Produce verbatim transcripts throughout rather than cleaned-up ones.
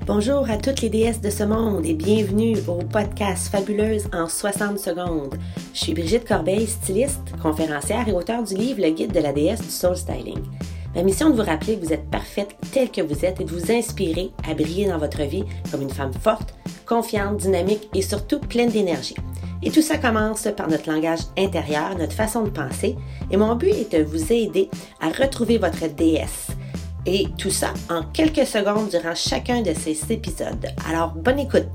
Bonjour à toutes les déesses de ce monde et bienvenue au podcast Fabuleuse en soixante secondes. Je suis Brigitte Corbeil, styliste, conférencière et auteure du livre Le guide de la déesse du soul styling. Ma mission est de vous rappeler que vous êtes parfaite telle que vous êtes et de vous inspirer à briller dans votre vie comme une femme forte, confiante, dynamique et surtout pleine d'énergie. Et tout ça commence par notre langage intérieur, notre façon de penser et mon but est de vous aider à retrouver votre déesse. Et tout ça en quelques secondes durant chacun de ces épisodes. Alors, bonne écoute!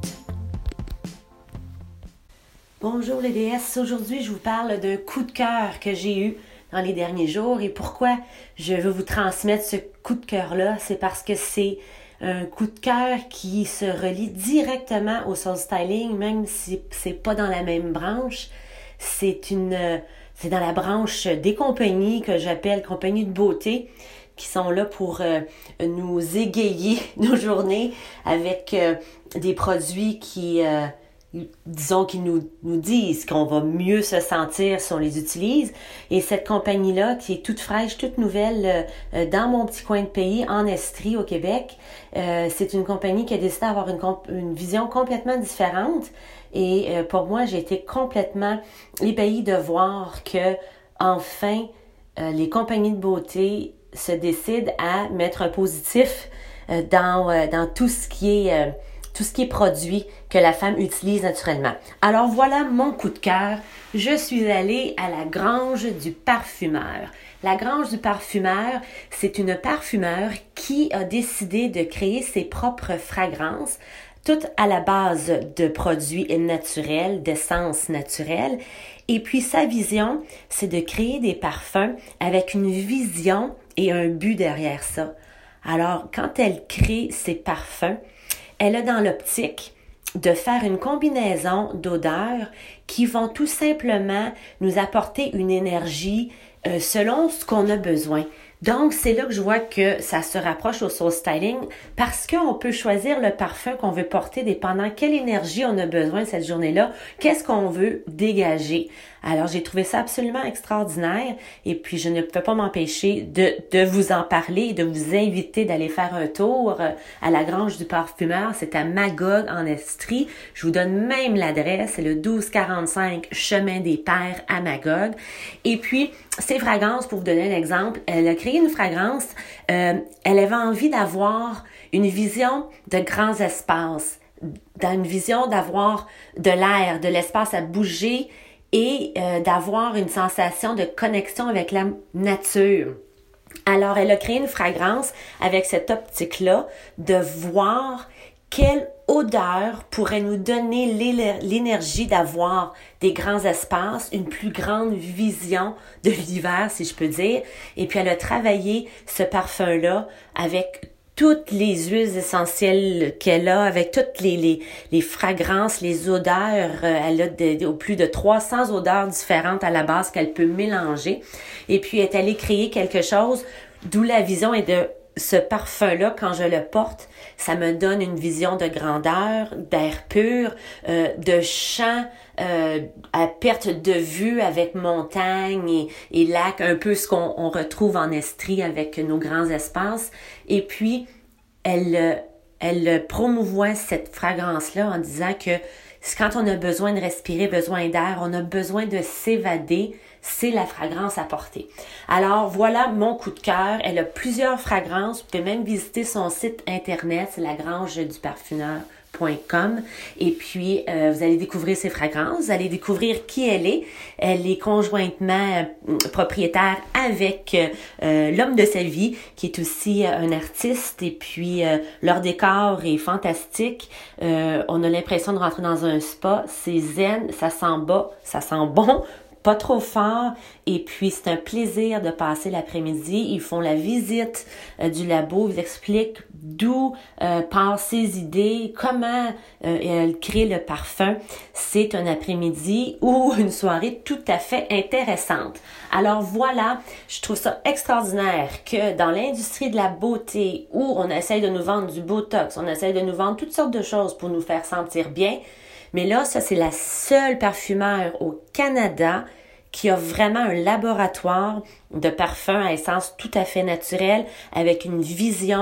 Bonjour les déesses, aujourd'hui je vous parle d'un coup de cœur que j'ai eu dans les derniers jours. Et pourquoi je veux vous transmettre ce coup de cœur-là? C'est parce que c'est un coup de cœur qui se relie directement au soul styling, même si c'est pas dans la même branche. C'est une, c'est dans la branche des compagnies que j'appelle compagnies de beauté, qui sont là pour euh, nous égayer nos journées avec euh, des produits qui, euh, disons, qui nous, nous disent qu'on va mieux se sentir si on les utilise. Et cette compagnie-là, qui est toute fraîche, toute nouvelle, euh, dans mon petit coin de pays, en Estrie, au Québec, euh, c'est une compagnie qui a décidé d'avoir une, comp- une vision complètement différente. Et euh, pour moi, j'ai été complètement ébahie de voir que, enfin, euh, les compagnies de beauté se décide à mettre un positif euh, dans, euh, dans tout ce qui est euh, tout ce qui est produit que la femme utilise naturellement. Alors voilà mon coup de cœur. Je suis allée à la Grange du Parfumeur. La Grange du Parfumeur, c'est une parfumeur qui a décidé de créer ses propres fragrances, toutes à la base de produits naturels, d'essences naturelles. Et puis sa vision, c'est de créer des parfums avec une vision et un but derrière ça. Alors, quand elle crée ses parfums, elle a dans l'optique de faire une combinaison d'odeurs qui vont tout simplement nous apporter une énergie euh, selon ce qu'on a besoin. Donc, c'est là que je vois que ça se rapproche au soul styling parce qu'on peut choisir le parfum qu'on veut porter dépendant quelle énergie on a besoin cette journée-là, qu'est-ce qu'on veut dégager. Alors, j'ai trouvé ça absolument extraordinaire et puis je ne peux pas m'empêcher de, de vous en parler et de vous inviter d'aller faire un tour à la Grange du Parfumeur. C'est à Magog en Estrie. Je vous donne même l'adresse, c'est le douze quarante-cinq Chemin des Pères à Magog. Et puis, ces fragrances, pour vous donner un exemple, elle a créé une fragrance, euh, elle avait envie d'avoir une vision de grands espaces, dans une vision d'avoir de l'air, de l'espace à bouger et euh, d'avoir une sensation de connexion avec la nature. Alors, elle a créé une fragrance avec cette optique-là de voir quelle odeur pourrait nous donner l'énergie d'avoir des grands espaces, une plus grande vision de l'hiver, si je peux dire. Et puis, elle a travaillé ce parfum-là avec toutes les huiles essentielles qu'elle a, avec toutes les, les, les fragrances, les odeurs. Elle a de, de, plus de trois cents odeurs différentes à la base qu'elle peut mélanger. Et puis, elle est allée créer quelque chose d'où la vision est de ce parfum-là, quand je le porte, ça me donne une vision de grandeur, d'air pur, euh, de champs euh, à perte de vue avec montagne et, et lac, un peu ce qu'on on retrouve en Estrie avec nos grands espaces. Et puis, elle, elle promouvoit cette fragrance-là en disant que quand on a besoin de respirer, besoin d'air, on a besoin de s'évader, c'est la fragrance à porter. Alors, voilà mon coup de cœur. Elle a plusieurs fragrances. Vous pouvez même visiter son site internet, c'est la grange du parfumeur point com. Et puis, euh, vous allez découvrir ses fragrances, vous allez découvrir qui elle est. Elle est conjointement euh, propriétaire avec euh, l'homme de sa vie, qui est aussi euh, un artiste. Et puis, euh, leur décor est fantastique. Euh, on a l'impression de rentrer dans un spa. C'est zen, ça sent bas, ça sent bon. Pas trop fort, et puis c'est un plaisir de passer l'après-midi. Ils font la visite euh, du labo, ils expliquent d'où euh, partent ses idées, comment euh, elle crée le parfum. C'est un après-midi ou une soirée tout à fait intéressante. Alors voilà, je trouve ça extraordinaire que dans l'industrie de la beauté, où on essaye de nous vendre du Botox, on essaye de nous vendre toutes sortes de choses pour nous faire sentir bien, mais là, ça, c'est la seule parfumeur au Canada qui a vraiment un laboratoire de parfums à essence tout à fait naturelle avec une vision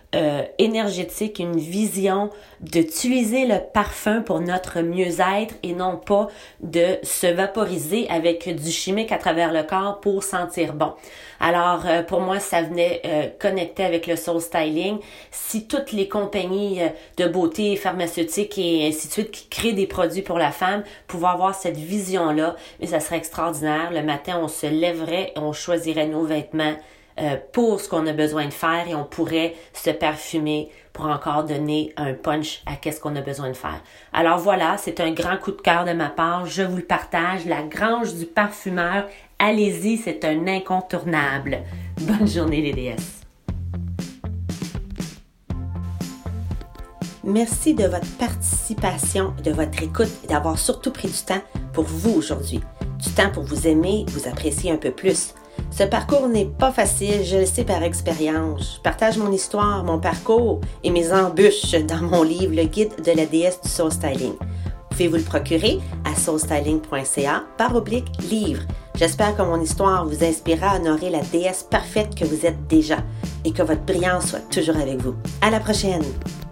euh, énergétique, une vision d'utiliser le parfum pour notre mieux-être et non pas de se vaporiser avec du chimique à travers le corps pour sentir bon. Alors, euh, pour moi, ça venait euh, connecter avec le soul styling. Si toutes les compagnies euh, de beauté pharmaceutiques et ainsi de suite qui créent des produits pour la femme pouvaient avoir cette vision-là, mais ça serait extraordinaire. Le matin, on se lèverait et on choisirait nos vêtements euh, pour ce qu'on a besoin de faire et on pourrait se parfumer pour encore donner un punch à qu'est-ce qu'on a besoin de faire. Alors voilà, c'est un grand coup de cœur de ma part. Je vous le partage. La Grange du parfumeur. Allez-y, c'est un incontournable. Bonne journée les déesses. Merci de votre participation, de votre écoute et d'avoir surtout pris du temps pour vous aujourd'hui. Du temps pour vous aimer, vous apprécier un peu plus. Ce parcours n'est pas facile, je le sais par expérience. Je partage mon histoire, mon parcours et mes embûches dans mon livre « Le guide de la déesse du soul styling ». Vous pouvez vous le procurer à soul styling point c a par oblique livre. J'espère que mon histoire vous inspirera à honorer la déesse parfaite que vous êtes déjà et que votre brillance soit toujours avec vous. À la prochaine!